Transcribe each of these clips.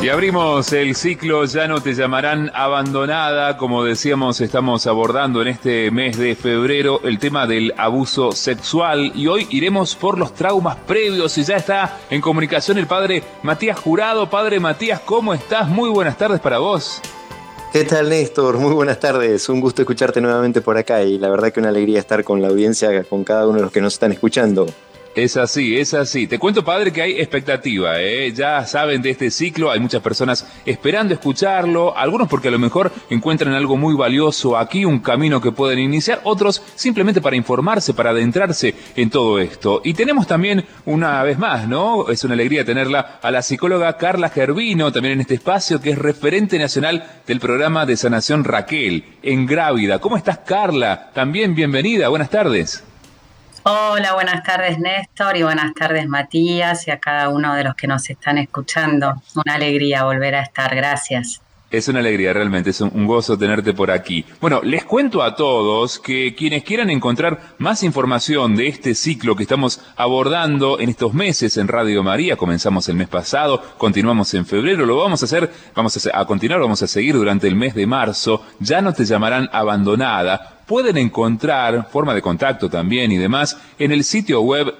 Y abrimos el ciclo Ya no te llamarán abandonada. Como decíamos, estamos abordando en este mes de febrero el tema del abuso sexual y hoy iremos por los traumas previos y ya está en comunicación el padre Matías Jurado. Padre Matías, ¿cómo estás? Muy buenas tardes para vos. ¿Qué tal, Néstor? Muy buenas tardes. Un gusto escucharte nuevamente por acá y la verdad que una alegría estar con la audiencia, con cada uno de los que nos están escuchando. Es así, es así. Te cuento, padre, que hay expectativa, Ya saben de este ciclo, hay muchas personas esperando escucharlo, algunos porque a lo mejor encuentran algo muy valioso aquí, un camino que pueden iniciar, otros simplemente para informarse, para adentrarse en todo esto. Y tenemos también, una vez más, ¿no? Es una alegría tenerla a la psicóloga Carla Gervino, también en este espacio, que es referente nacional del programa de sanación Raquel, en Grávida. ¿Cómo estás, Carla? También bienvenida, buenas tardes. Hola, buenas tardes Néstor y buenas tardes Matías y a cada uno de los que nos están escuchando. Una alegría volver a estar, gracias. Es una alegría, realmente, es un gozo tenerte por aquí. Bueno, les cuento a todos que quienes quieran encontrar más información de este ciclo que estamos abordando en estos meses en Radio María, comenzamos el mes pasado, continuamos en febrero, lo vamos a hacer, vamos a continuar, vamos a seguir durante el mes de marzo, Ya no te llamarán abandonada. Pueden encontrar forma de contacto también y demás en el sitio web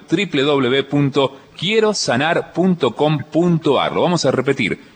www.quierosanar.com.ar. Lo vamos a repetir,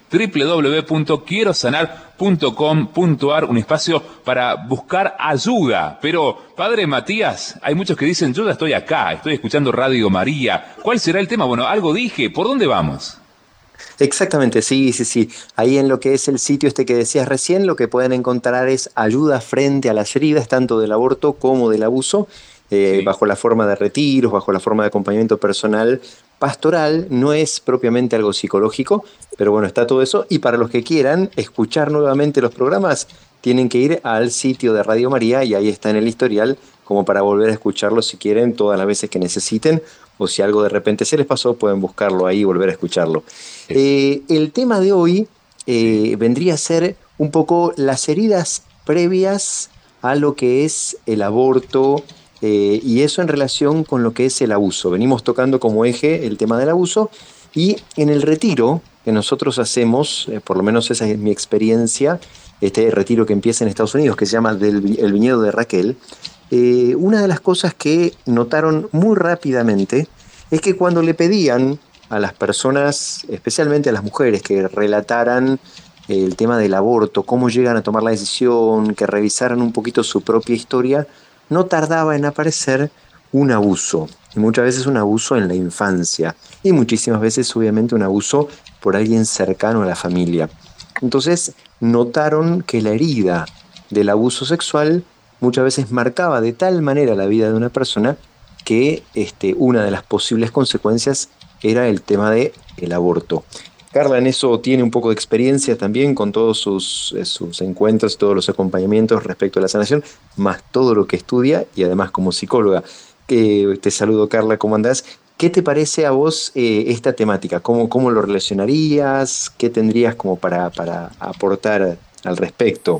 www.quierosanar.com.ar, un espacio para buscar ayuda. Pero, padre Matías, hay muchos que dicen, yo ya estoy acá, estoy escuchando Radio María. ¿Cuál será el tema? Bueno, algo dije, ¿por dónde vamos? Exactamente, sí. Ahí en lo que es el sitio que decías recién, lo que pueden encontrar es ayuda frente a las heridas, tanto del aborto como del abuso, sí. Bajo la forma de retiros, bajo la forma de acompañamiento personal, pastoral. No es propiamente algo psicológico, pero bueno, está todo eso. Y para los que quieran escuchar nuevamente los programas, tienen que ir al sitio de Radio María y ahí está en el historial, como para volver a escucharlo si quieren, todas las veces que necesiten, o si algo de repente se les pasó, pueden buscarlo ahí y volver a escucharlo. El tema de hoy vendría a ser un poco las heridas previas a lo que es el aborto, y eso en relación con lo que es el abuso. Venimos tocando como eje el tema del abuso, y en el retiro que nosotros hacemos, por lo menos esa es mi experiencia, este retiro que empieza en Estados Unidos, que se llama El Viñedo de Raquel, una de las cosas que notaron muy rápidamente es que cuando le pedían a las personas, especialmente a las mujeres, que relataran el tema del aborto, cómo llegan a tomar la decisión, que revisaran un poquito su propia historia, no tardaba en aparecer un abuso, y muchas veces un abuso en la infancia, y muchísimas veces obviamente un abuso por alguien cercano a la familia. Entonces notaron que la herida del abuso sexual muchas veces marcaba de tal manera la vida de una persona que una de las posibles consecuencias era el tema del aborto. Carla en eso tiene un poco de experiencia también con todos sus encuentros, todos los acompañamientos respecto a la sanación, más todo lo que estudia y además como psicóloga. Te saludo, Carla, ¿cómo andás? ¿Qué te parece a vos esta temática? ¿Cómo lo relacionarías? ¿Qué tendrías como para aportar al respecto?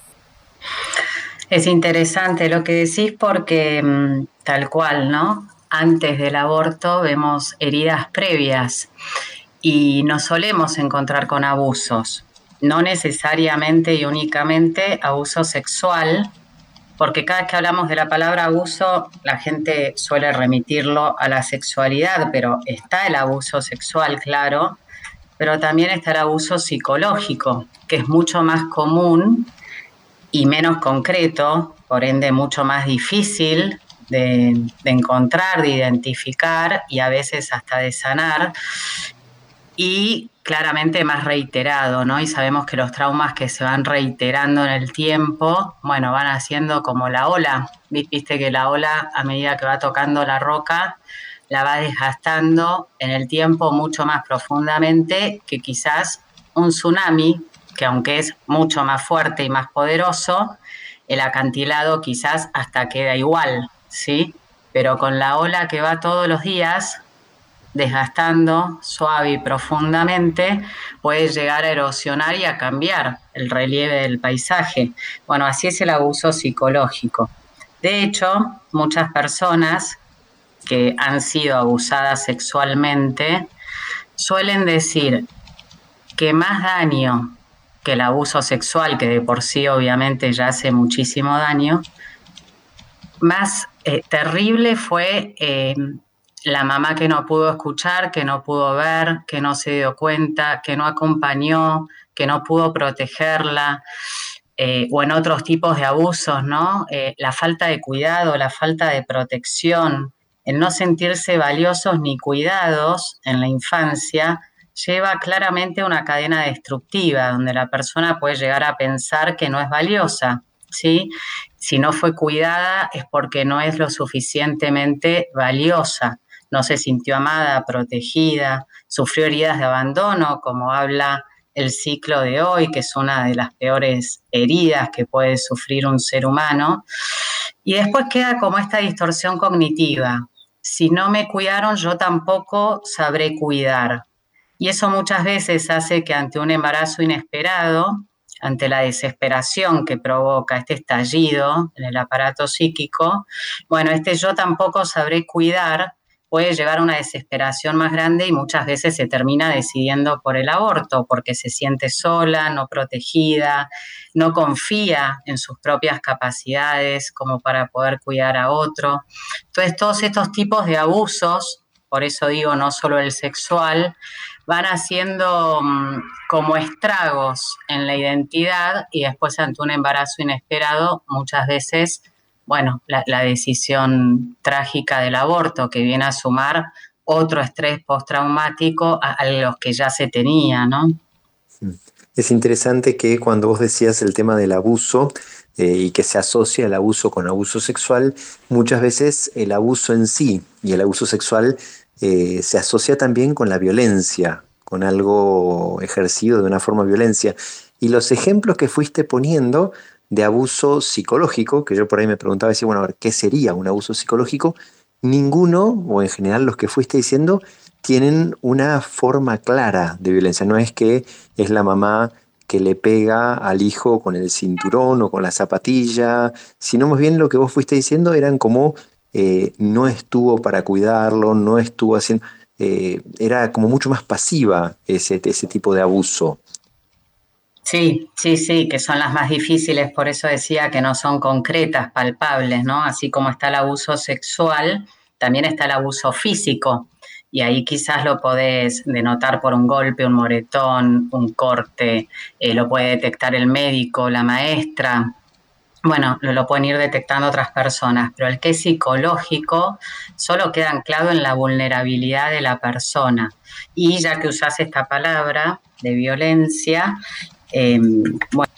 Es interesante lo que decís porque tal cual, ¿no? Antes del aborto vemos heridas previas y nos solemos encontrar con abusos, no necesariamente y únicamente abuso sexual, porque cada vez que hablamos de la palabra abuso, la gente suele remitirlo a la sexualidad, pero está el abuso sexual, claro, pero también está el abuso psicológico, que es mucho más común y menos concreto, por ende mucho más difícil de encontrar, de identificar y a veces hasta de sanar, y claramente más reiterado, ¿no? Y sabemos que los traumas que se van reiterando en el tiempo, bueno, van haciendo como la ola. Viste que la ola, a medida que va tocando la roca, la va desgastando en el tiempo mucho más profundamente que quizás un tsunami, que aunque es mucho más fuerte y más poderoso, el acantilado quizás hasta queda igual, ¿sí? Pero con la ola que va todos los días desgastando suave y profundamente, puede llegar a erosionar y a cambiar el relieve del paisaje. Bueno, así es el abuso psicológico. De hecho, muchas personas que han sido abusadas sexualmente suelen decir, que más daño que el abuso sexual, que de por sí obviamente ya hace muchísimo daño, más terrible fue la mamá que no pudo escuchar, que no pudo ver, que no se dio cuenta, que no acompañó, que no pudo protegerla, o en otros tipos de abusos, ¿no? La falta de cuidado, la falta de protección, el no sentirse valiosos ni cuidados en la infancia, lleva claramente a una cadena destructiva, donde la persona puede llegar a pensar que no es valiosa, ¿sí? Si no fue cuidada es porque no es lo suficientemente valiosa, no se sintió amada, protegida, sufrió heridas de abandono, como habla el ciclo de hoy, que es una de las peores heridas que puede sufrir un ser humano. Y después queda como esta distorsión cognitiva. Si no me cuidaron, yo tampoco sabré cuidar. Y eso muchas veces hace que ante un embarazo inesperado, ante la desesperación que provoca este estallido en el aparato psíquico, bueno, yo tampoco sabré cuidar, puede llevar a una desesperación más grande y muchas veces se termina decidiendo por el aborto porque se siente sola, no protegida, no confía en sus propias capacidades como para poder cuidar a otro. Entonces, todos estos tipos de abusos, por eso digo no solo el sexual, van haciendo como estragos en la identidad y después ante un embarazo inesperado muchas veces, bueno, la decisión trágica del aborto que viene a sumar otro estrés postraumático a los que ya se tenía, ¿no? Es interesante que cuando vos decías el tema del abuso y que se asocia el abuso con abuso sexual, muchas veces el abuso en sí y el abuso sexual se asocia también con la violencia, con algo ejercido de una forma de violencia. Y los ejemplos que fuiste poniendo de abuso psicológico, que yo por ahí me preguntaba, decía, bueno, a ver, ¿qué sería un abuso psicológico? Ninguno, o en general los que fuiste diciendo, tienen una forma clara de violencia. No es que es la mamá que le pega al hijo con el cinturón o con la zapatilla, sino más bien lo que vos fuiste diciendo eran como no estuvo para cuidarlo, no estuvo haciendo... era como mucho más pasiva ese tipo de abuso. Sí, que son las más difíciles, por eso decía que no son concretas, palpables, ¿no? Así como está el abuso sexual, también está el abuso físico, y ahí quizás lo podés denotar por un golpe, un moretón, un corte, lo puede detectar el médico, la maestra, bueno, lo pueden ir detectando otras personas, pero el que es psicológico solo queda anclado en la vulnerabilidad de la persona. Y ya que usás esta palabra de violencia, bueno.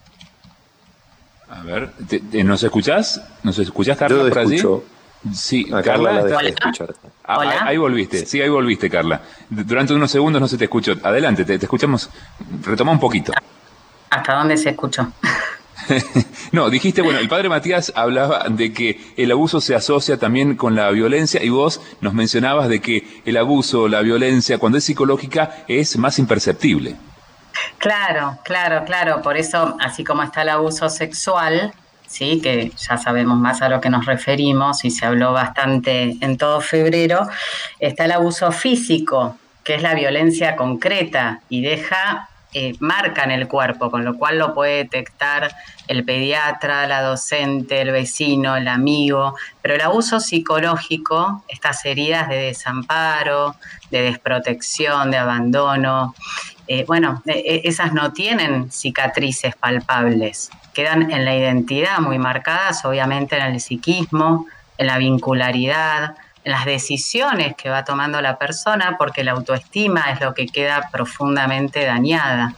A ver, ¿nos escuchás? ¿Nos escuchás, Carla, por allí? Sí, Carla la dejé de escuchar. Ahí volviste, sí, ahí volviste, Carla. Durante unos segundos no se te escuchó. Adelante, te escuchamos. Retoma un poquito. ¿Hasta dónde se escuchó? No, dijiste, bueno, el padre Matías hablaba de que el abuso se asocia también con la violencia y vos nos mencionabas de que el abuso, la violencia, cuando es psicológica, es más imperceptible. Claro. Por eso, así como está el abuso sexual, sí, que ya sabemos más a lo que nos referimos y se habló bastante en todo febrero, está el abuso físico, que es la violencia concreta y marca en el cuerpo, con lo cual lo puede detectar el pediatra, la docente, el vecino, el amigo. Pero el abuso psicológico, estas heridas de desamparo, de desprotección, de abandono, esas no tienen cicatrices palpables, quedan en la identidad muy marcadas, obviamente en el psiquismo, en la vincularidad, en las decisiones que va tomando la persona, porque la autoestima es lo que queda profundamente dañada.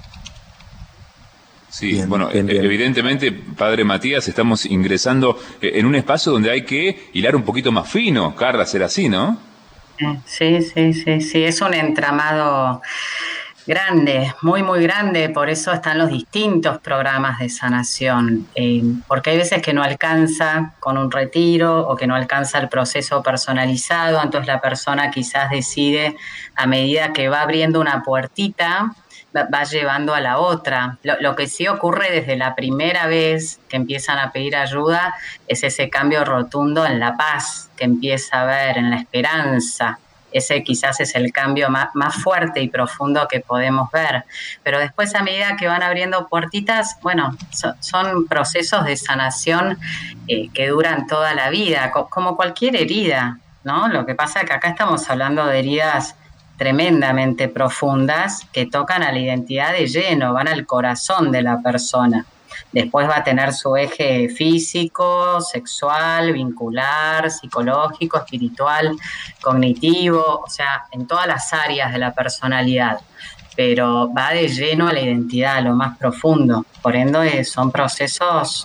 Sí, bien. Evidentemente, padre Matías, estamos ingresando en un espacio donde hay que hilar un poquito más fino, Carla, será así, ¿no? Sí, es un entramado grande, muy, muy grande, por eso están los distintos programas de sanación, porque hay veces que no alcanza con un retiro o que no alcanza el proceso personalizado, entonces la persona quizás decide, a medida que va abriendo una puertita, va llevando a la otra. Lo que sí ocurre desde la primera vez que empiezan a pedir ayuda es ese cambio rotundo en la paz que empieza a haber, en la esperanza, Ese quizás es el cambio más fuerte y profundo que podemos ver. Pero después, a medida que van abriendo puertitas, bueno, son procesos de sanación que duran toda la vida, como cualquier herida, ¿no? Lo que pasa es que acá estamos hablando de heridas tremendamente profundas que tocan a la identidad de lleno, van al corazón de la persona. Después va a tener su eje físico, sexual, vincular, psicológico, espiritual, cognitivo, o sea, en todas las áreas de la personalidad, pero va de lleno a la identidad, a lo más profundo. Por ende, son procesos,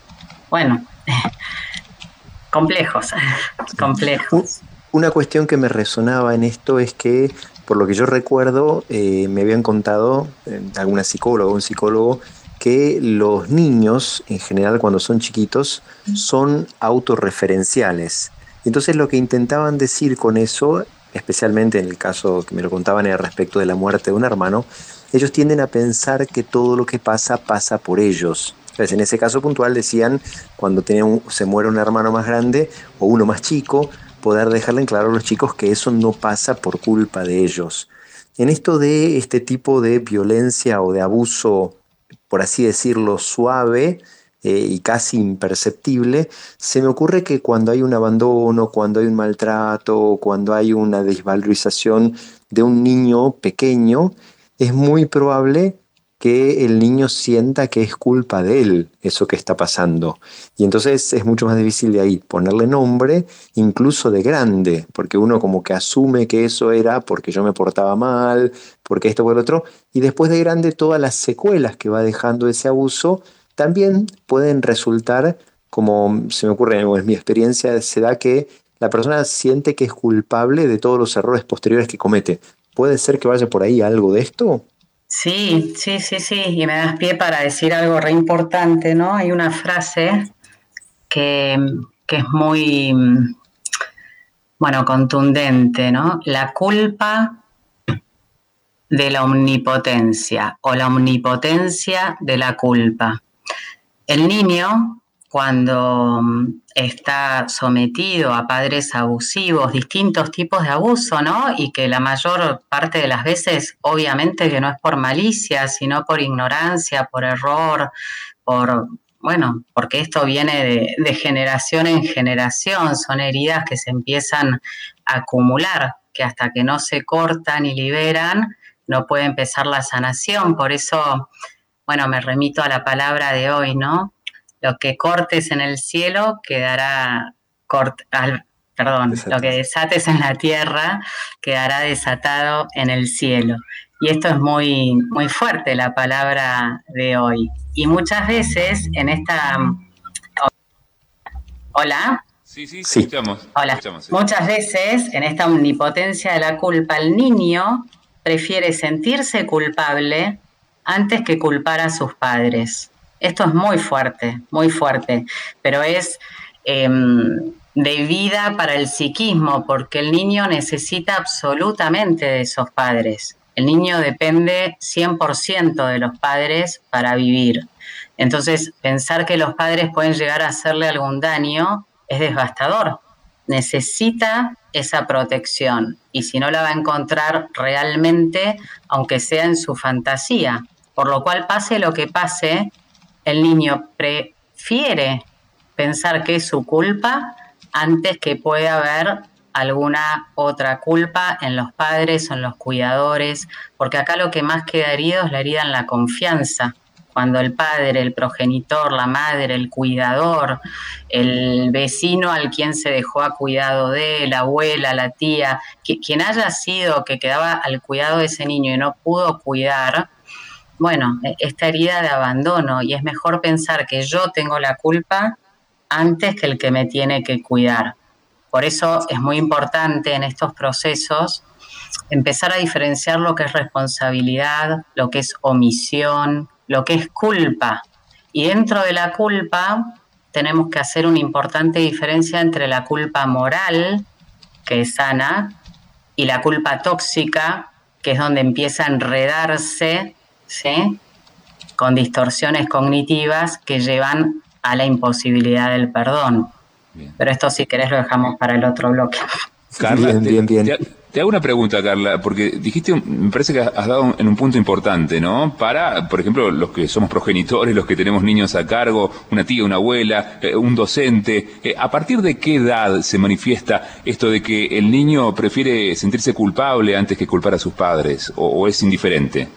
complejos. Una cuestión que me resonaba en esto es que, por lo que yo recuerdo, me habían contado alguna psicóloga o un psicólogo que los niños, en general, cuando son chiquitos, son autorreferenciales. Entonces, lo que intentaban decir con eso, especialmente en el caso que me lo contaban era respecto de la muerte de un hermano, ellos tienden a pensar que todo lo que pasa por ellos. Entonces, en ese caso puntual decían, cuando se muere un hermano más grande o uno más chico, poder dejarle en claro a los chicos que eso no pasa por culpa de ellos. En esto de este tipo de violencia o de abuso, por así decirlo, suave y casi imperceptible, se me ocurre que cuando hay un abandono, cuando hay un maltrato, cuando hay una desvalorización de un niño pequeño, es muy probable que el niño sienta que es culpa de él eso que está pasando. Y entonces es mucho más difícil de ahí ponerle nombre, incluso de grande, porque uno como que asume que eso era porque yo me portaba mal, porque esto o el otro, y después de grande todas las secuelas que va dejando ese abuso también pueden resultar, como se me ocurre, o en mi experiencia se da que la persona siente que es culpable de todos los errores posteriores que comete. ¿Puede ser que vaya por ahí algo de esto? Sí, y me das pie para decir algo re importante, ¿no? Hay una frase que es muy, contundente, ¿no? La culpa de la omnipotencia o la omnipotencia de la culpa. El niño, cuando está sometido a padres abusivos, distintos tipos de abuso, ¿no? Y que la mayor parte de las veces, obviamente, que no es por malicia, sino por ignorancia, por error, porque esto viene de generación en generación, son heridas que se empiezan a acumular, que hasta que no se cortan y liberan, no puede empezar la sanación. Por eso, me remito a la palabra de hoy, ¿no? Lo que cortes en el cielo quedará lo que desates en la tierra quedará desatado en el cielo. Y esto es muy, muy fuerte, la palabra de hoy. Y muchas veces en esta... ¿Hola? Sí, escuchamos. Hola. Escuchamos, sí. Muchas veces en esta omnipotencia de la culpa, el niño prefiere sentirse culpable antes que culpar a sus padres. Esto es muy fuerte, pero es de vida para el psiquismo, porque el niño necesita absolutamente de esos padres. El niño depende 100% de los padres para vivir. Entonces, pensar que los padres pueden llegar a hacerle algún daño es devastador. Necesita esa protección y si no la va a encontrar realmente, aunque sea en su fantasía. Por lo cual, pase lo que pase, el niño prefiere pensar que es su culpa antes que pueda haber alguna otra culpa en los padres o en los cuidadores, porque acá lo que más queda herido es la herida en la confianza. Cuando el padre, el progenitor, la madre, el cuidador, el vecino al quien se dejó a cuidado de, la abuela, la tía, quien haya sido que quedaba al cuidado de ese niño y no pudo cuidar, esta herida de abandono, y es mejor pensar que yo tengo la culpa antes que el que me tiene que cuidar. Por eso es muy importante en estos procesos empezar a diferenciar lo que es responsabilidad, lo que es omisión, lo que es culpa. Y dentro de la culpa tenemos que hacer una importante diferencia entre la culpa moral, que es sana, y la culpa tóxica, que es donde empieza a enredarse, ¿sí?, con distorsiones cognitivas que llevan a la imposibilidad del perdón. Bien. Pero esto, si querés, lo dejamos para el otro bloque. Carla, bien. Te hago una pregunta, Carla, porque dijiste, me parece que has dado en un punto importante, ¿no? Para, por ejemplo, los que somos progenitores, los que tenemos niños a cargo, una tía, una abuela, un docente, ¿a partir de qué edad se manifiesta esto de que el niño prefiere sentirse culpable antes que culpar a sus padres, o es indiferente?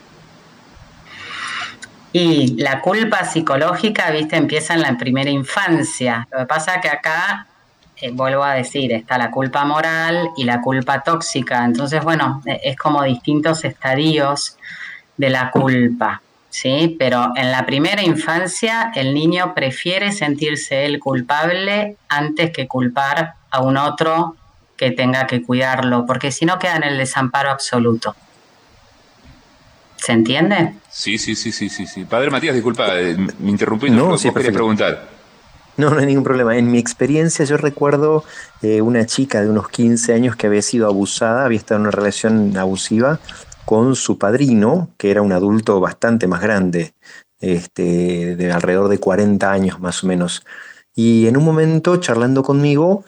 Y la culpa psicológica, viste, empieza en la primera infancia. Lo que pasa es que acá, vuelvo a decir, está la culpa moral y la culpa tóxica. Entonces, bueno, es como distintos estadios de la culpa, ¿sí? Pero en la primera infancia, el niño prefiere sentirse él culpable antes que culpar a un otro que tenga que cuidarlo, porque si no queda en el desamparo absoluto. ¿Se entiende? Sí. Padre Matías, disculpa, me interrumpí, no, sí, quería preguntar. No hay ningún problema. En mi experiencia yo recuerdo una chica de unos 15 años que había sido abusada, había estado en una relación abusiva con su padrino, que era un adulto bastante más grande, de alrededor de 40 años más o menos. Y en un momento, charlando conmigo,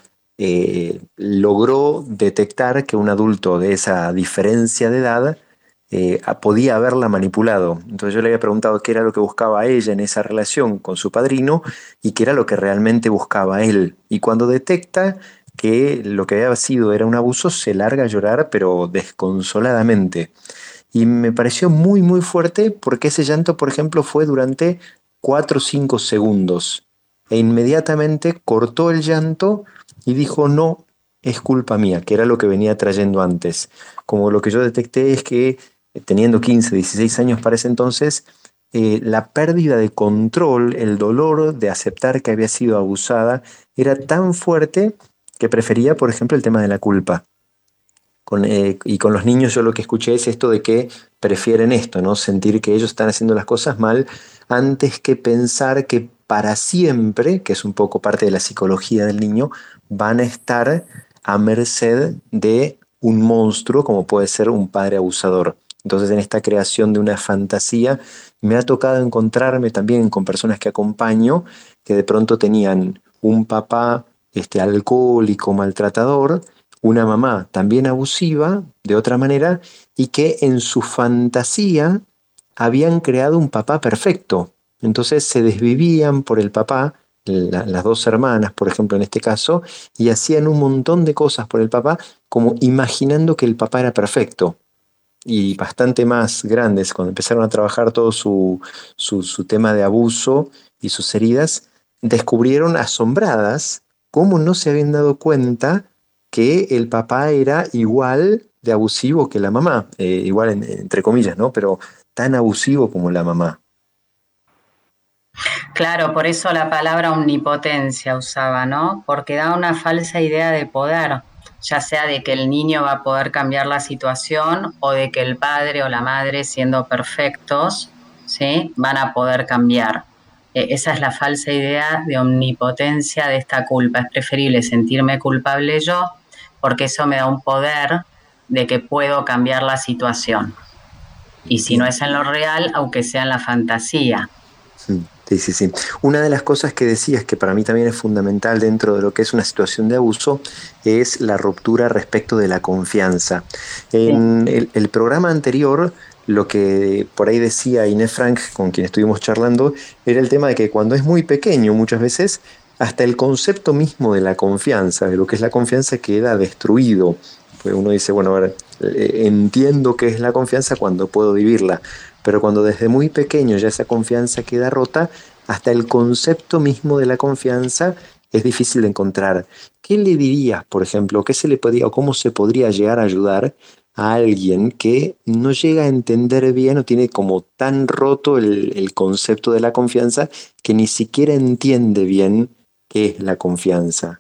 logró detectar que un adulto de esa diferencia de edad podía haberla manipulado. Entonces yo le había preguntado qué era lo que buscaba ella en esa relación con su padrino y qué era lo que realmente buscaba él. Y cuando detecta que lo que había sido era un abuso, se larga a llorar, pero desconsoladamente. Y me pareció muy, muy fuerte porque ese llanto, por ejemplo, fue durante 4 o 5 segundos. E inmediatamente cortó el llanto y dijo, no, es culpa mía, que era lo que venía trayendo antes. Como lo que yo detecté es que teniendo 15, 16 años para ese entonces, la pérdida de control, el dolor de aceptar que había sido abusada, era tan fuerte que prefería, por ejemplo, el tema de la culpa. Y con los niños yo lo que escuché es esto de que prefieren esto, ¿no? Sentir que ellos están haciendo las cosas mal antes que pensar que para siempre, que es un poco parte de la psicología del niño, van a estar a merced de un monstruo como puede ser un padre abusador. Entonces en esta creación de una fantasía me ha tocado encontrarme también con personas que acompaño que de pronto tenían un papá alcohólico, maltratador, una mamá también abusiva de otra manera y que en su fantasía habían creado un papá perfecto. Entonces se desvivían por el papá, las dos hermanas, por ejemplo, en este caso, y hacían un montón de cosas por el papá como imaginando que el papá era perfecto. Y bastante más grandes, cuando empezaron a trabajar todo su tema de abuso y sus heridas, descubrieron asombradas cómo no se habían dado cuenta que el papá era igual de abusivo que la mamá, igual entre comillas, ¿no? Pero tan abusivo como la mamá. Claro, por eso la palabra omnipotencia usaba, ¿no? Porque da una falsa idea de poder, ya sea de que el niño va a poder cambiar la situación o de que el padre o la madre, siendo perfectos, ¿sí? Van a poder cambiar. Esa es la falsa idea de omnipotencia de esta culpa. Es preferible sentirme culpable yo porque eso me da un poder de que puedo cambiar la situación. Y si no es en lo real, aunque sea en la fantasía. Sí. Una de las cosas que decías que para mí también es fundamental dentro de lo que es una situación de abuso es la ruptura respecto de la confianza. En el programa anterior, lo que por ahí decía Inés Frank, con quien estuvimos charlando, era el tema de que cuando es muy pequeño muchas veces, hasta el concepto mismo de la confianza, de lo que es la confianza, queda destruido. Pues uno dice, bueno, a ver, entiendo qué es la confianza cuando puedo vivirla. Pero cuando desde muy pequeño ya esa confianza queda rota, hasta el concepto mismo de la confianza es difícil de encontrar. ¿Qué le dirías, por ejemplo, qué se le podría o cómo se podría llegar a ayudar a alguien que no llega a entender bien o tiene como tan roto el concepto de la confianza que ni siquiera entiende bien qué es la confianza?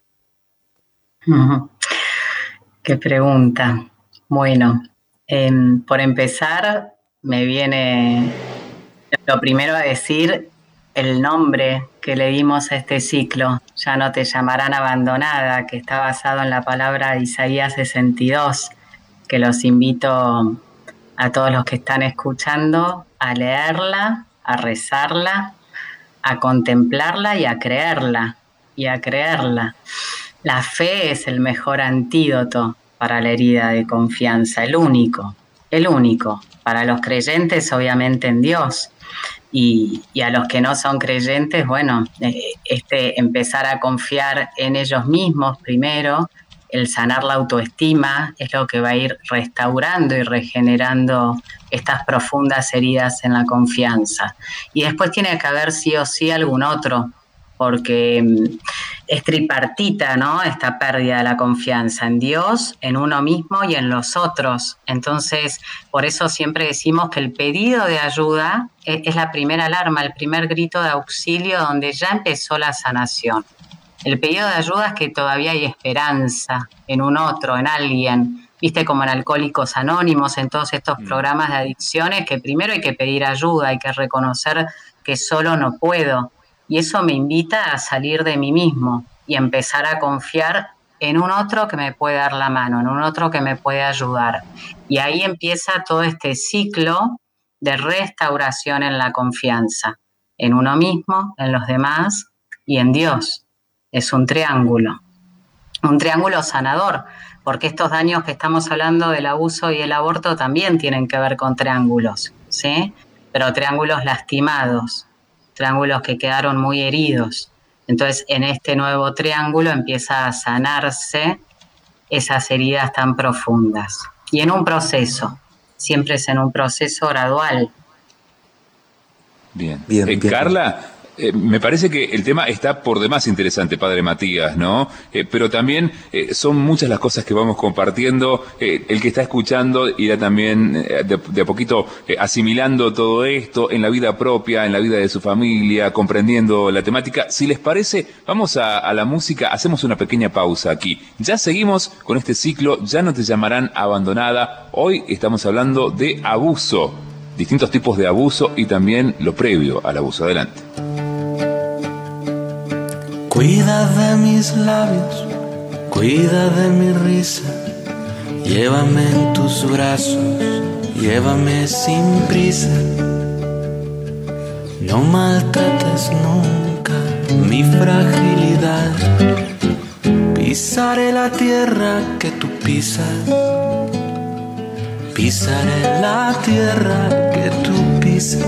Qué pregunta. Bueno, por empezar, me viene lo primero a decir el nombre que le dimos a este ciclo, Ya no te llamarán abandonada, que está basado en la palabra de Isaías 62, que los invito a todos los que están escuchando a leerla, a rezarla, a contemplarla y a creerla, La fe es el mejor antídoto para la herida de confianza, el único, para los creyentes obviamente en Dios, y a los que no son creyentes, bueno, empezar a confiar en ellos mismos primero, el sanar la autoestima es lo que va a ir restaurando y regenerando estas profundas heridas en la confianza. Y después tiene que haber sí o sí algún otro, porque es tripartita, ¿no? Esta pérdida de la confianza en Dios, en uno mismo y en los otros. Entonces, por eso siempre decimos que el pedido de ayuda es la primera alarma, el primer grito de auxilio donde ya empezó la sanación. El pedido de ayuda es que todavía hay esperanza en un otro, en alguien. Viste, como en Alcohólicos Anónimos, en todos estos programas de adicciones, que primero hay que pedir ayuda, hay que reconocer que solo no puedo. Y eso me invita a salir de mí mismo y empezar a confiar en un otro que me puede dar la mano, en un otro que me puede ayudar. Y ahí empieza todo este ciclo de restauración en la confianza, en uno mismo, en los demás y en Dios. Es un triángulo sanador, porque estos daños que estamos hablando del abuso y el aborto también tienen que ver con triángulos, ¿sí? Pero triángulos lastimados, triángulos que quedaron muy heridos. Entonces, en este nuevo triángulo empieza a sanarse esas heridas tan profundas. Y en un proceso, siempre es en un proceso gradual. Bien. Carla, me parece que el tema está por demás interesante, Padre Matías, ¿no? Pero también son muchas las cosas que vamos compartiendo. El que está escuchando irá también de a poquito asimilando todo esto en la vida propia, en la vida de su familia, comprendiendo la temática. Si les parece, vamos a la música, hacemos una pequeña pausa aquí. Ya seguimos con este ciclo, Ya no te llamarán abandonada. Hoy estamos hablando de abuso, distintos tipos de abuso y también lo previo al abuso. Adelante. Cuida de mis labios, cuida de mi risa, llévame en tus brazos, llévame sin prisa. No maltrates nunca mi fragilidad, pisaré la tierra que tú pisas, pisaré la tierra que tú pisas.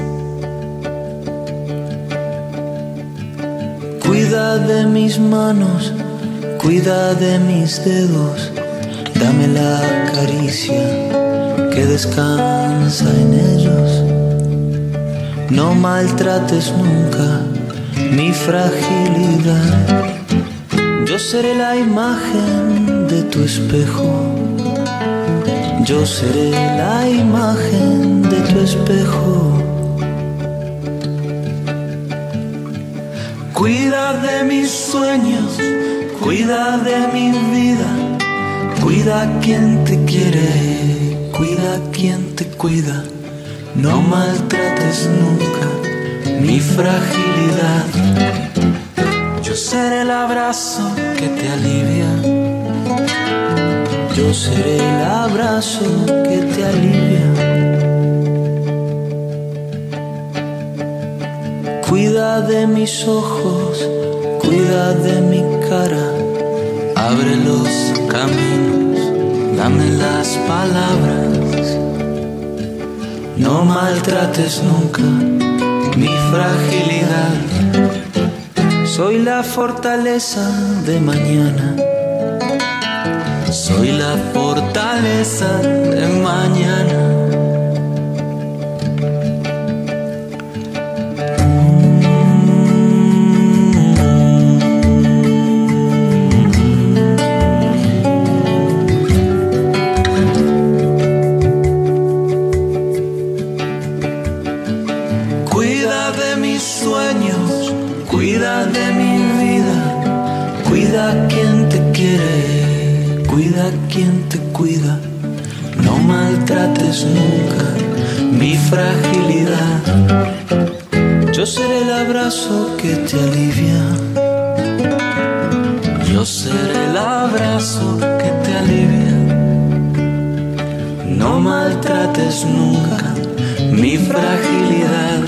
Cuida de mis manos, cuida de mis dedos, dame la caricia que descansa en ellos. No maltrates nunca mi fragilidad, yo seré la imagen de tu espejo, yo seré la imagen de tu espejo. Cuida de mis sueños, cuida de mi vida, cuida a quien te quiere, cuida a quien te cuida. No maltrates nunca mi fragilidad, yo seré el abrazo que te alivia, yo seré el abrazo que te alivia. Cuida de mis ojos, cuida de mi cara, abre los caminos, dame las palabras. No maltrates nunca mi fragilidad, soy la fortaleza de mañana, soy la fortaleza de mañana. Cuida de mi vida, cuida a quien te quiere, cuida a quien te cuida. No maltrates nunca mi fragilidad, yo seré el abrazo que te alivia, yo seré el abrazo que te alivia. No maltrates nunca mi fragilidad,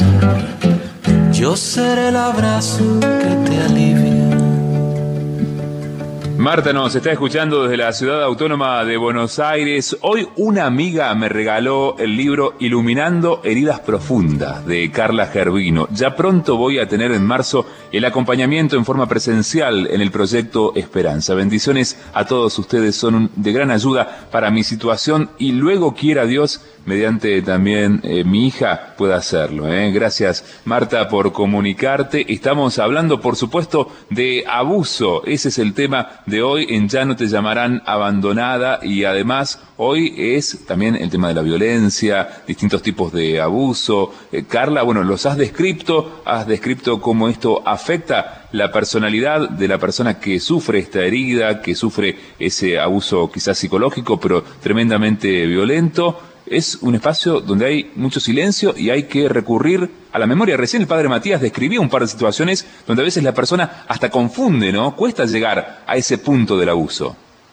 yo seré el abrazo que te alivia. Marta nos está escuchando desde la ciudad autónoma de Buenos Aires. Hoy una amiga me regaló el libro Iluminando heridas profundas de Carla Gervino. Ya pronto voy a tener en marzo el acompañamiento en forma presencial en el proyecto Esperanza. Bendiciones a todos ustedes, son de gran ayuda para mi situación y luego quiera Dios, mediante también mi hija, pueda hacerlo. Gracias Marta por comunicarte. Estamos hablando por supuesto de abuso, ese es el tema de hoy en Ya no te llamarán abandonada, y además hoy es también el tema de la violencia, distintos tipos de abuso. Carla, bueno, los has descrito cómo esto afecta la personalidad de la persona que sufre esta herida, que sufre ese abuso quizás psicológico, pero tremendamente violento. Es un espacio donde hay mucho silencio y hay que recurrir a la memoria. Recién el padre Matías describía un par de situaciones donde a veces la persona hasta confunde, ¿no? Cuesta llegar a ese punto del abuso.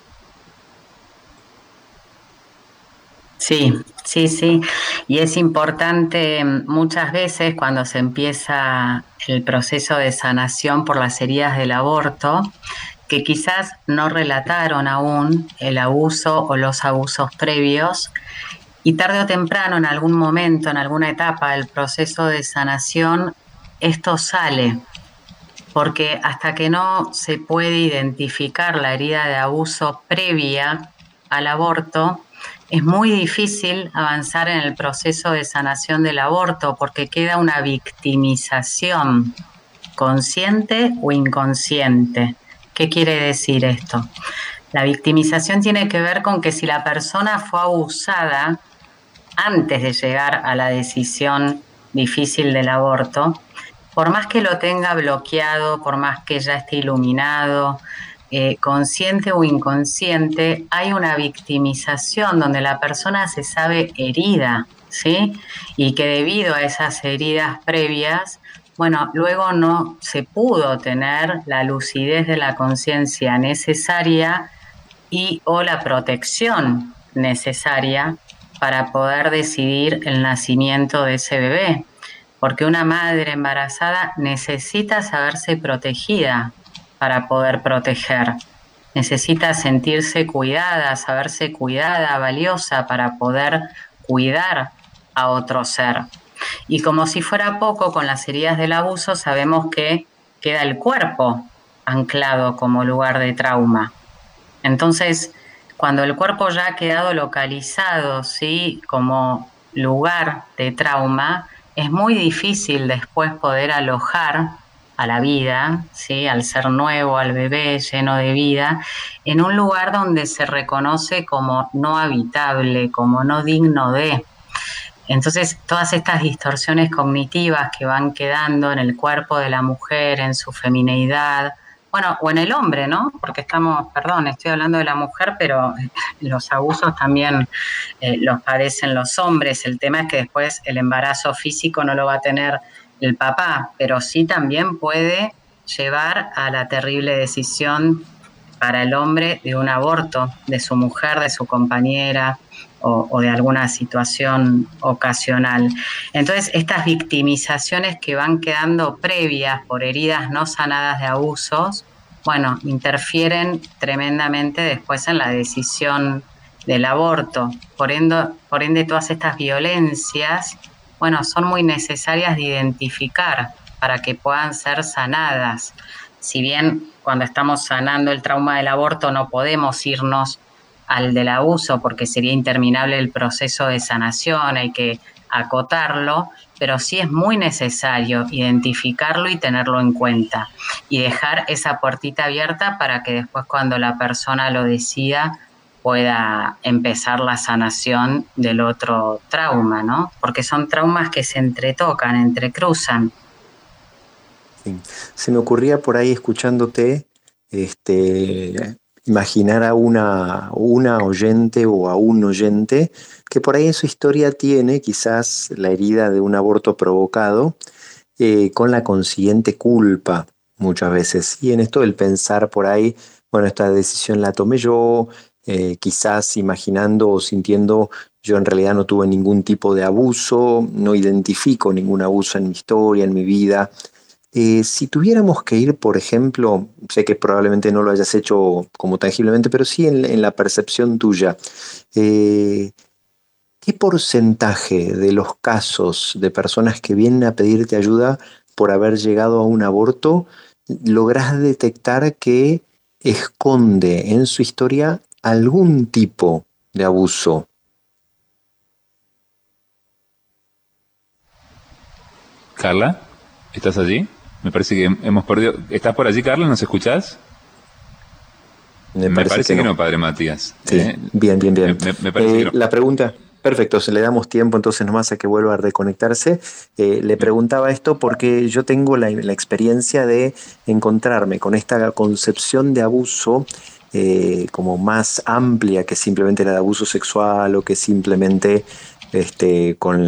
Sí. Y es importante muchas veces cuando se empieza el proceso de sanación por las heridas del aborto, que quizás no relataron aún el abuso o los abusos previos, y tarde o temprano, en algún momento, en alguna etapa del proceso de sanación, esto sale. Porque hasta que no se puede identificar la herida de abuso previa al aborto, es muy difícil avanzar en el proceso de sanación del aborto, porque queda una victimización consciente o inconsciente. ¿Qué quiere decir esto? La victimización tiene que ver con que si la persona fue abusada antes de llegar a la decisión difícil del aborto, por más que lo tenga bloqueado, por más que ya esté iluminado, consciente o inconsciente, hay una victimización donde la persona se sabe herida, ¿sí? Y que debido a esas heridas previas, bueno, luego no se pudo tener la lucidez de la conciencia necesaria y o la protección necesaria para poder decidir el nacimiento de ese bebé. Porque una madre embarazada necesita saberse protegida para poder proteger. Necesita sentirse cuidada, saberse cuidada, valiosa para poder cuidar a otro ser. Y como si fuera poco, con las heridas del abuso sabemos que queda el cuerpo anclado como lugar de trauma. Entonces, cuando el cuerpo ya ha quedado localizado, ¿sí?, como lugar de trauma, es muy difícil después poder alojar a la vida, ¿sí?, al ser nuevo, al bebé lleno de vida, en un lugar donde se reconoce como no habitable, como no digno de. Entonces, todas estas distorsiones cognitivas que van quedando en el cuerpo de la mujer, en su femineidad, bueno, o en el hombre, ¿no? Porque estoy hablando de la mujer, pero los abusos también los padecen los hombres. El tema es que después el embarazo físico no lo va a tener el papá, pero sí también puede llevar a la terrible decisión para el hombre de un aborto, de su mujer, de su compañera o de alguna situación ocasional. Entonces, estas victimizaciones que van quedando previas por heridas no sanadas de abusos, bueno, interfieren tremendamente después en la decisión del aborto. Por ende, todas estas violencias, bueno, son muy necesarias de identificar para que puedan ser sanadas. Si bien cuando estamos sanando el trauma del aborto no podemos irnos al del abuso porque sería interminable el proceso de sanación, hay que acotarlo, pero sí es muy necesario identificarlo y tenerlo en cuenta y dejar esa puertita abierta para que después, cuando la persona lo decida, pueda empezar la sanación del otro trauma, ¿no? Porque son traumas que se entretocan, entrecruzan. Sí. Se me ocurría por ahí, escuchándote, imaginar a una oyente o a un oyente que por ahí en su historia tiene quizás la herida de un aborto provocado, con la consiguiente culpa muchas veces. Y en esto el pensar por ahí, bueno, esta decisión la tomé yo, quizás imaginando o sintiendo, yo en realidad no tuve ningún tipo de abuso, no identifico ningún abuso en mi historia, en mi vida. Si tuviéramos que ir, por ejemplo, sé que probablemente no lo hayas hecho como tangiblemente, pero sí en la percepción tuya, ¿qué porcentaje de los casos de personas que vienen a pedirte ayuda por haber llegado a un aborto lográs detectar que esconde en su historia algún tipo de abuso? Carla, ¿estás allí? Me parece que hemos perdido. ¿Estás por allí, Carla? ¿Nos escuchás? Me Me parece parece que que no. no, padre Matías. Sí, bien, bien, bien. Me parece que no. La pregunta, perfecto, se le damos tiempo entonces nomás a que vuelva a reconectarse. Le Me- preguntaba esto porque yo tengo la experiencia de encontrarme con esta concepción de abuso como más amplia que simplemente la de abuso sexual o que simplemente con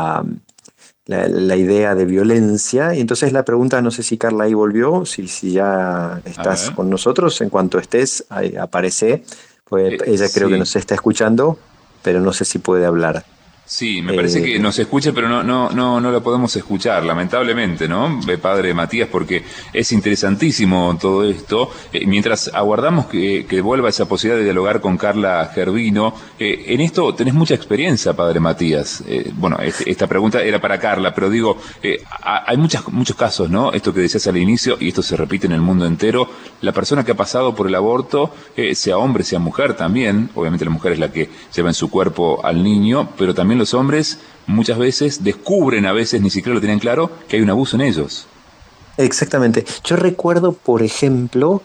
la idea de violencia. Y entonces la pregunta, no sé si Carla ahí volvió, si ya A estás ver. con nosotros, en cuanto estés, ahí aparece, pues ella creo que Sí. nos está escuchando, pero no sé si puede hablar. Sí, me parece que Eh, nos escucha, pero no lo podemos escuchar, lamentablemente, ¿no? Padre Matías, porque es interesantísimo todo esto. Mientras aguardamos que vuelva esa posibilidad de dialogar con Carla Gervino, en esto tenés mucha experiencia, Padre Matías. Bueno, esta pregunta era para Carla, pero digo, hay muchos casos, ¿no? Esto que decías al inicio, y esto se repite en el mundo entero, la persona que ha pasado por el aborto, sea hombre, sea mujer también, obviamente la mujer es la que lleva en su cuerpo al niño, pero también los hombres muchas veces descubren, a veces ni siquiera lo tienen claro, que hay un abuso en ellos. Exactamente. Yo recuerdo, por ejemplo,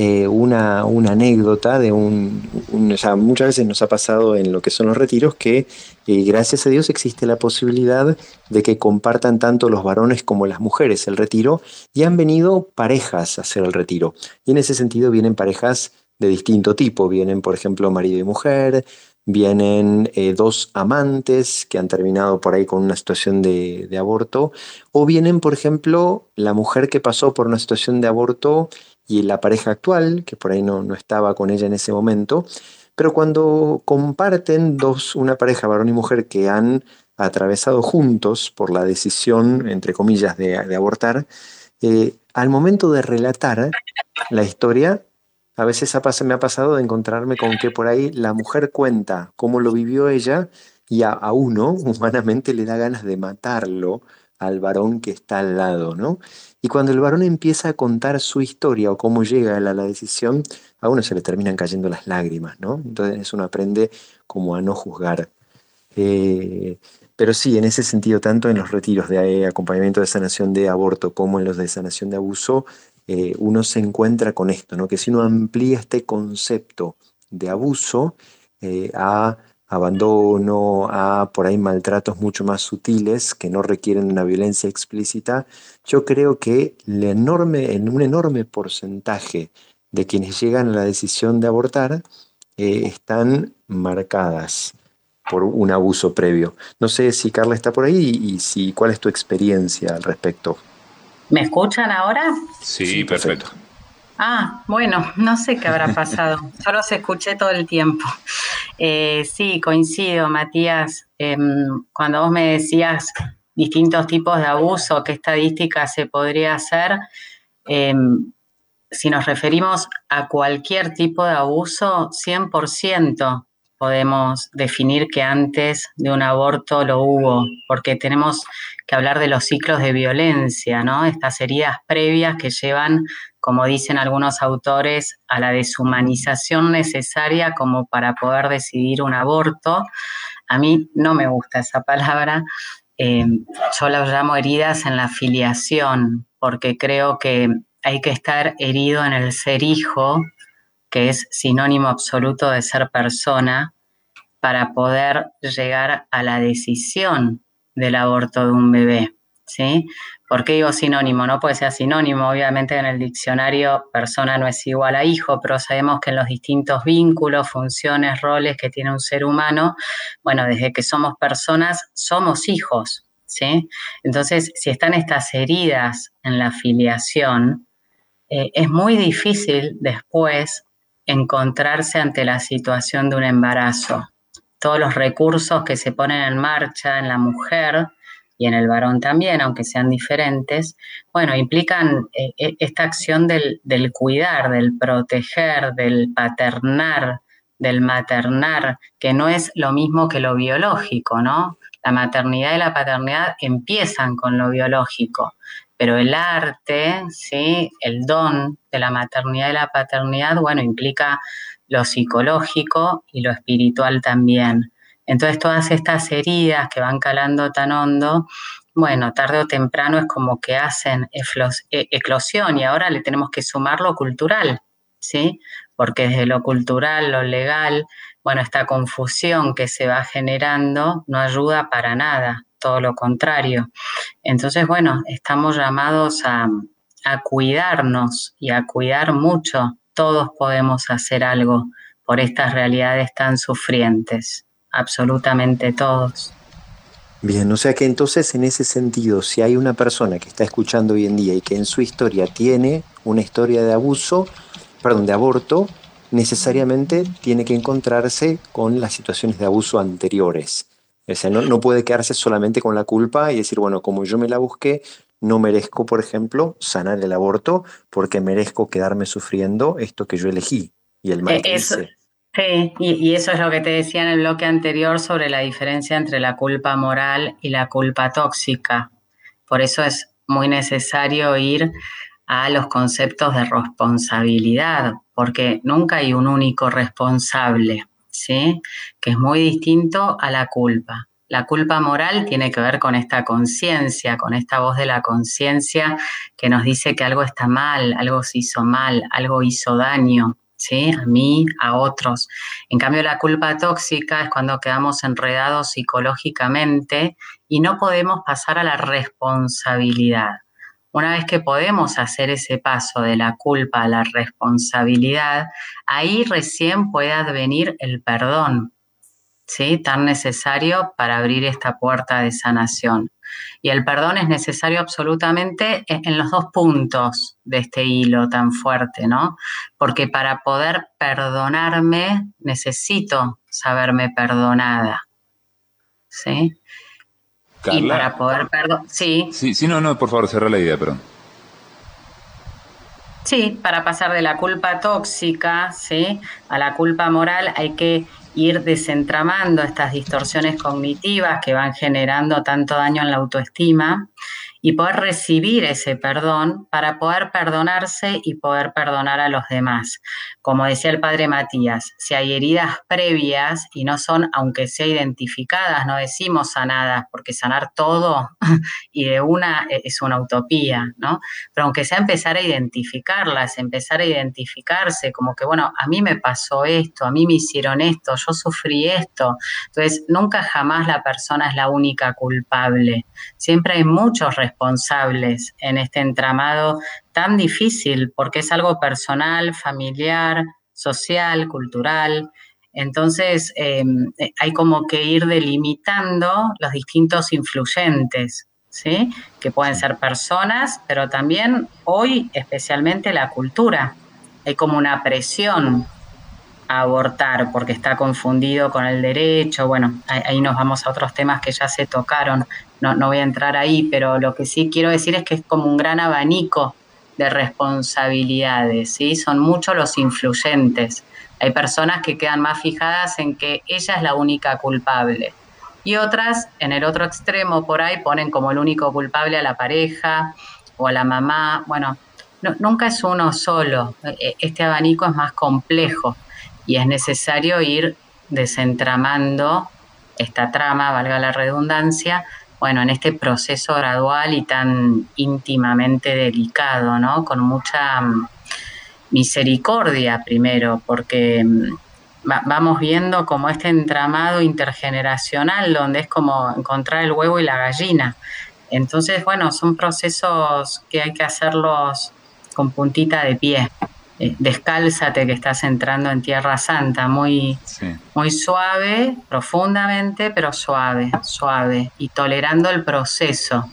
una anécdota de o sea, muchas veces nos ha pasado en lo que son los retiros que gracias a Dios existe la posibilidad de que compartan tanto los varones como las mujeres el retiro y han venido parejas a hacer el retiro. Y en ese sentido vienen parejas de distinto tipo. Vienen, por ejemplo, marido y mujer, vienen dos amantes que han terminado por ahí con una situación de aborto. O vienen, por ejemplo, la mujer que pasó por una situación de aborto y la pareja actual, que por ahí no estaba con ella en ese momento, pero cuando comparten una pareja, varón y mujer, que han atravesado juntos por la decisión, entre comillas, de abortar, al momento de relatar la historia, a veces me ha pasado de encontrarme con que por ahí la mujer cuenta cómo lo vivió ella y a uno humanamente le da ganas de matarlo al varón que está al lado, ¿no? Y cuando el varón empieza a contar su historia o cómo llega él a la decisión, a uno se le terminan cayendo las lágrimas, ¿no? Entonces uno aprende como a no juzgar. Eh, pero sí, en ese sentido, tanto en los retiros de acompañamiento de sanación de aborto como en los de sanación de abuso, uno se encuentra con esto, ¿no? Que si uno amplía este concepto de abuso a abandono, a por ahí maltratos mucho más sutiles que no requieren una violencia explícita, yo creo que en un enorme porcentaje de quienes llegan a la decisión de abortar están marcadas por un abuso previo. No sé si Carla está por ahí y si cuál es tu experiencia al respecto. ¿Me escuchan ahora? Sí, Sí, perfecto. perfecto. Ah, bueno, no sé qué habrá pasado. Yo los escuché todo el tiempo. Sí, coincido, Matías. Cuando vos me decías distintos tipos de abuso, qué estadística se podría hacer, si nos referimos a cualquier tipo de abuso, 100% podemos definir que antes de un aborto lo hubo, porque tenemos que hablar de los ciclos de violencia, ¿no? Estas heridas previas que llevan, como dicen algunos autores, a la deshumanización necesaria como para poder decidir un aborto. A mí no me gusta esa palabra. Yo las llamo heridas en la filiación, porque creo que hay que estar herido en el ser hijo, que es sinónimo absoluto de ser persona, para poder llegar a la decisión del aborto de un bebé, ¿sí? ¿Por qué digo sinónimo? No puede ser sinónimo, obviamente en el diccionario persona no es igual a hijo, pero sabemos que en los distintos vínculos, funciones, roles que tiene un ser humano, bueno, desde que somos personas, somos hijos, ¿sí? Entonces, si están estas heridas en la filiación, es muy difícil después encontrarse ante la situación de un embarazo. Todos los recursos que se ponen en marcha en la mujer y en el varón también, aunque sean diferentes, bueno, implican esta acción del cuidar, del proteger, del paternar, del maternar, que no es lo mismo que lo biológico, ¿no? La maternidad y la paternidad empiezan con lo biológico, pero el arte, ¿sí?, el don de la maternidad y la paternidad, bueno, implica lo psicológico y lo espiritual también. Entonces todas estas heridas que van calando tan hondo, bueno, tarde o temprano es como que hacen eclosión, y ahora le tenemos que sumar lo cultural, ¿sí? Porque desde lo cultural, lo legal, bueno, esta confusión que se va generando no ayuda para nada, todo lo contrario. Entonces, bueno, estamos llamados a cuidarnos y a cuidar mucho. Todos podemos hacer algo por estas realidades tan sufrientes, absolutamente todos. Bien, o sea que entonces en ese sentido, si hay una persona que está escuchando hoy en día y que en su historia tiene una historia de aborto, necesariamente tiene que encontrarse con las situaciones de abuso anteriores. O sea, no puede quedarse solamente con la culpa y decir, bueno, como yo me la busqué, no merezco, por ejemplo, sanar el aborto porque merezco quedarme sufriendo esto que yo elegí y el mal que hice. Sí, y eso es lo que te decía en el bloque anterior sobre la diferencia entre la culpa moral y la culpa tóxica. Por eso es muy necesario ir a los conceptos de responsabilidad, porque nunca hay un único responsable, ¿sí?, que es muy distinto a la culpa. La culpa moral tiene que ver con esta conciencia, con esta voz de la conciencia que nos dice que algo está mal, algo se hizo mal, algo hizo daño, ¿sí?, a mí, a otros. En cambio, la culpa tóxica es cuando quedamos enredados psicológicamente y no podemos pasar a la responsabilidad. Una vez que podemos hacer ese paso de la culpa a la responsabilidad, ahí recién puede advenir el perdón, ¿sí?, tan necesario para abrir esta puerta de sanación. Y el perdón es necesario absolutamente en los dos puntos de este hilo tan fuerte, ¿no? Porque para poder perdonarme necesito saberme perdonada, ¿sí? Carla, y para poder perdonar, sí. Sí, no, por favor, cerrá la idea, perdón. Sí, para pasar de la culpa tóxica, ¿sí?, a la culpa moral hay que ir desentramando estas distorsiones cognitivas que van generando tanto daño en la autoestima y poder recibir ese perdón para poder perdonarse y poder perdonar a los demás. Como decía el padre Matías, si hay heridas previas y no son, aunque sea identificadas, no decimos sanadas, porque sanar todo y de una es una utopía, ¿no? Pero aunque sea empezar a identificarlas, empezar a identificarse, como que, bueno, a mí me pasó esto, a mí me hicieron esto, yo sufrí esto. Entonces, nunca jamás la persona es la única culpable. Siempre hay muchos responsables en este entramado tan difícil, porque es algo personal, familiar, social, cultural. Entonces, hay como que ir delimitando los distintos influyentes, ¿sí?, que pueden ser personas, pero también hoy especialmente la cultura. Hay como una presión a abortar porque está confundido con el derecho. Bueno, ahí nos vamos a otros temas que ya se tocaron, no voy a entrar ahí, pero lo que sí quiero decir es que es como un gran abanico de responsabilidades, ¿sí? Son muchos los influyentes. Hay personas que quedan más fijadas en que ella es la única culpable. Y otras, en el otro extremo, por ahí, ponen como el único culpable a la pareja o a la mamá. Bueno, nunca es uno solo. Este abanico es más complejo y es necesario ir desentramando esta trama, valga la redundancia, bueno, en este proceso gradual y tan íntimamente delicado, ¿no? Con mucha misericordia primero, porque vamos viendo como este entramado intergeneracional donde es como encontrar el huevo y la gallina. Entonces, bueno, son procesos que hay que hacerlos con puntita de pie. Descálzate que estás entrando en Tierra Santa, muy suave, profundamente, pero suave, y tolerando el proceso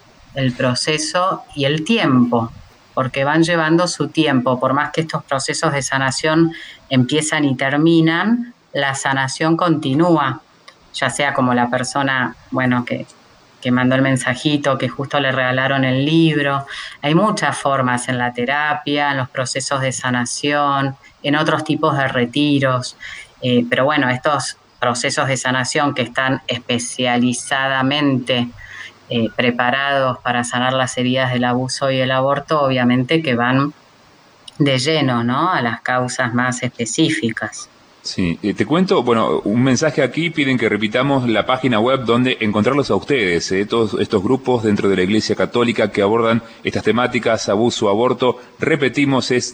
y el tiempo, porque van llevando su tiempo. Por más que estos procesos de sanación empiezan y terminan, la sanación continúa, ya sea como la persona, bueno, que que mandó el mensajito, que justo le regalaron el libro. Hay muchas formas en la terapia, en los procesos de sanación, en otros tipos de retiros. Pero bueno, estos procesos de sanación que están especializadamente preparados para sanar las heridas del abuso y el aborto, obviamente que van de lleno, ¿no?, a las causas más específicas. Sí, te cuento, bueno, un mensaje aquí, piden que repitamos la página web donde encontrarlos a ustedes, todos estos grupos dentro de la Iglesia Católica que abordan estas temáticas, abuso, aborto. Repetimos, es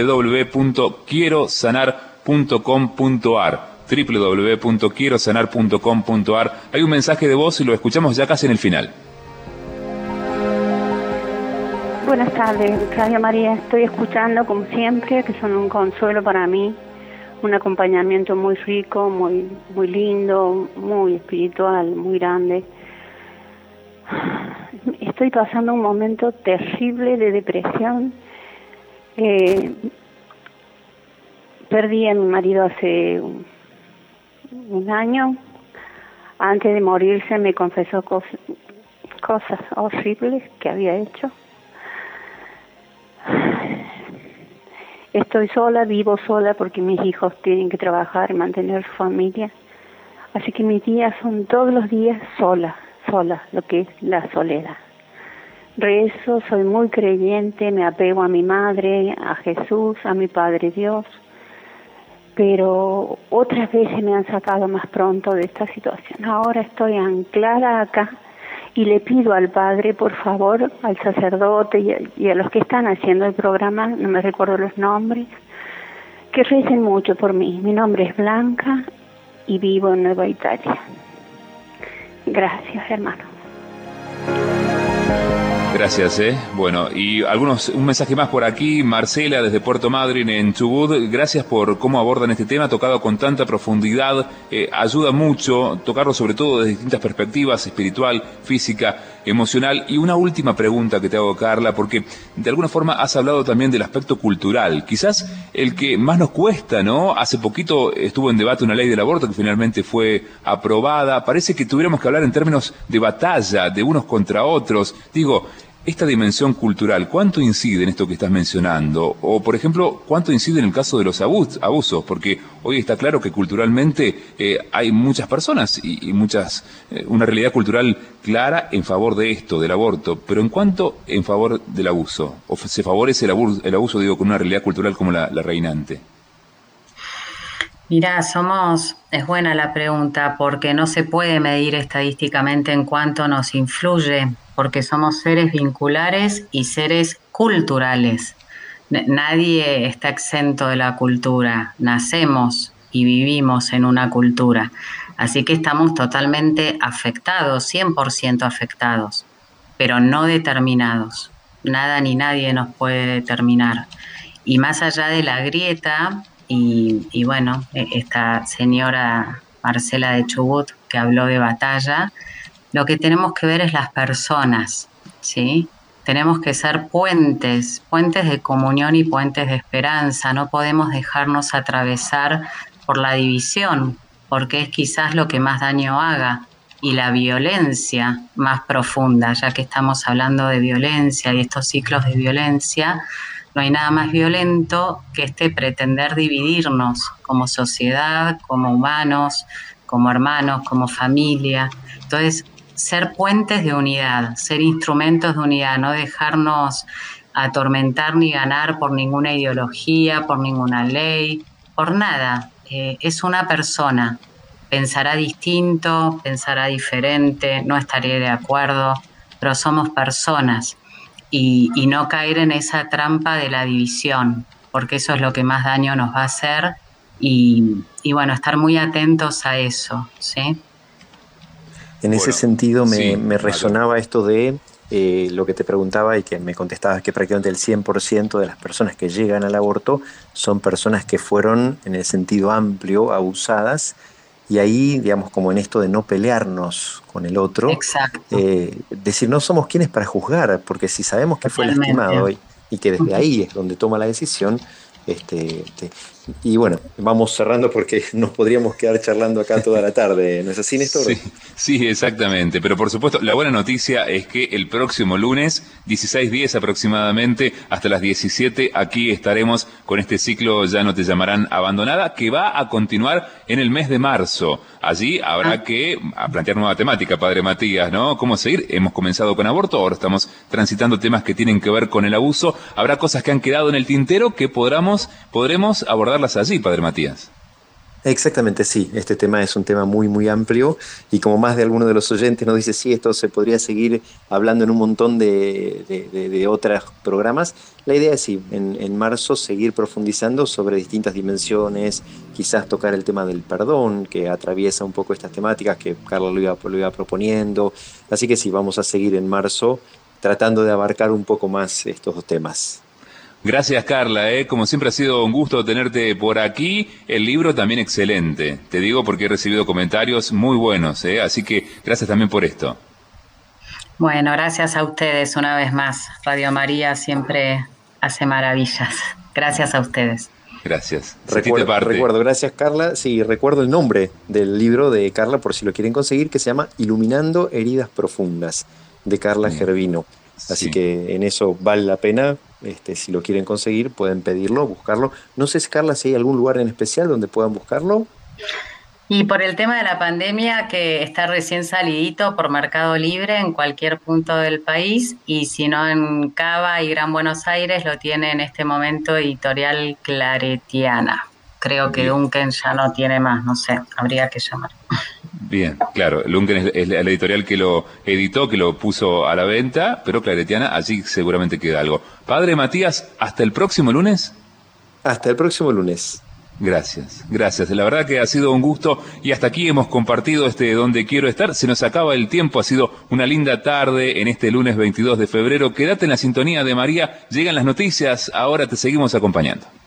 www.quierosanar.com.ar, www.quierosanar.com.ar. Hay un mensaje de voz y lo escuchamos ya casi en el final. Buenas tardes, Radio María. Estoy escuchando, como siempre, que son un consuelo para mí, un acompañamiento muy rico, muy lindo, muy espiritual, muy grande. Estoy pasando un momento terrible de depresión. Perdí a mi marido hace un año. Antes de morirse me confesó cosas horribles que había hecho. Estoy sola, vivo sola porque mis hijos tienen que trabajar y mantener su familia. Así que mis días son todos los días sola, lo que es la soledad. Rezo, soy muy creyente, me apego a mi madre, a Jesús, a mi Padre Dios. Pero otras veces me han sacado más pronto de esta situación. Ahora estoy anclada acá. Y le pido al Padre, por favor, al sacerdote y a los que están haciendo el programa, no me recuerdo los nombres, que recen mucho por mí. Mi nombre es Blanca y vivo en Nueva Italia. Gracias, hermano. Gracias, Bueno, y un mensaje más por aquí. Marcela, desde Puerto Madryn, en Chubut. Gracias por cómo abordan este tema, tocado con tanta profundidad. Ayuda mucho tocarlo, sobre todo desde distintas perspectivas, espiritual, física, emocional. Y una última pregunta que te hago, Carla, porque de alguna forma has hablado también del aspecto cultural. Quizás el que más nos cuesta, ¿no? Hace poquito estuvo en debate una ley del aborto que finalmente fue aprobada. Parece que tuviéramos que hablar en términos de batalla, de unos contra otros. Digo, esta dimensión cultural, ¿cuánto incide en esto que estás mencionando? O, por ejemplo, ¿cuánto incide en el caso de los abusos? Porque hoy está claro que culturalmente hay muchas personas y una realidad cultural clara en favor de esto, del aborto. Pero ¿en cuánto en favor del abuso? ¿O se favorece el abuso, digo, con una realidad cultural como la reinante? Mirá, es buena la pregunta, porque no se puede medir estadísticamente en cuánto nos influye, porque somos seres vinculares y seres culturales. Nadie está exento de la cultura, nacemos y vivimos en una cultura, así que estamos totalmente afectados, 100% afectados, pero no determinados. Nada ni nadie nos puede determinar. Y más allá de la grieta, y bueno, esta señora Marcela de Chubut que habló de batalla, lo que tenemos que ver es las personas, ¿sí? Tenemos que ser puentes de comunión y puentes de esperanza. No podemos dejarnos atravesar por la división, porque es quizás lo que más daño haga, y la violencia más profunda, ya que estamos hablando de violencia y estos ciclos de violencia. No hay nada más violento que pretender dividirnos como sociedad, como humanos, como hermanos, como familia. Entonces, ser puentes de unidad, ser instrumentos de unidad, no dejarnos atormentar ni ganar por ninguna ideología, por ninguna ley, por nada. Es una persona. Pensará distinto, pensará diferente, no estaré de acuerdo, pero somos personas. Y no caer en esa trampa de la división, porque eso es lo que más daño nos va a hacer, y bueno, estar muy atentos a eso, ¿sí? En ese sentido me resonaba esto de lo que te preguntaba y que me contestabas, que prácticamente el 100% de las personas que llegan al aborto son personas que fueron, en el sentido amplio, abusadas. Y ahí, digamos, como en esto de no pelearnos con el otro, decir, no somos quienes para juzgar, porque si sabemos que fue lastimado y que desde ahí es donde toma la decisión, Y bueno, vamos cerrando porque nos podríamos quedar charlando acá toda la tarde, ¿no es así, Néstor? Sí, exactamente. Pero por supuesto, la buena noticia es que el próximo lunes, 16:10 aproximadamente, hasta las 17, aquí estaremos con este ciclo Ya no te llamarán abandonada, que va a continuar en el mes de marzo. Allí habrá que plantear nueva temática, Padre Matías, ¿no? ¿Cómo seguir? Hemos comenzado con aborto, ahora estamos transitando temas que tienen que ver con el abuso. Habrá cosas que han quedado en el tintero que podremos abordarlas allí, Padre Matías. Exactamente, sí. Este tema es un tema muy, muy amplio y como más de alguno de los oyentes nos dice, sí, esto se podría seguir hablando en un montón de otros programas. La idea es, sí, en marzo seguir profundizando sobre distintas dimensiones, quizás tocar el tema del perdón, que atraviesa un poco estas temáticas que Carla lo iba proponiendo. Así que sí, vamos a seguir en marzo tratando de abarcar un poco más estos dos temas. Gracias, Carla, como siempre ha sido un gusto tenerte por aquí. El libro también excelente, te digo porque he recibido comentarios muy buenos, así que gracias también por esto. Bueno, gracias a ustedes una vez más. Radio María siempre hace maravillas. Gracias a ustedes. Gracias. Recuerdo, gracias, Carla. Sí, recuerdo el nombre del libro de Carla, por si lo quieren conseguir, que se llama Iluminando Heridas Profundas, de Carla Gervino. Así que en eso vale la pena. Si lo quieren conseguir, pueden pedirlo, buscarlo. No sé, Carla, si hay algún lugar en especial donde puedan buscarlo. Y por el tema de la pandemia, que está recién salidito por Mercado Libre en cualquier punto del país, y si no en Cava y Gran Buenos Aires, lo tiene en este momento Editorial Claretiana. Creo que Duncan ya no tiene más, no sé, habría que llamar. Bien, claro, Lunken es la editorial que lo editó, que lo puso a la venta, pero Claretiana, allí seguramente queda algo. Padre Matías, ¿hasta el próximo lunes? Hasta el próximo lunes. Gracias. La verdad que ha sido un gusto y hasta aquí hemos compartido Donde Quiero Estar. Se nos acaba el tiempo, ha sido una linda tarde en este lunes 22 de febrero. Quédate en la sintonía de María, llegan las noticias, ahora te seguimos acompañando.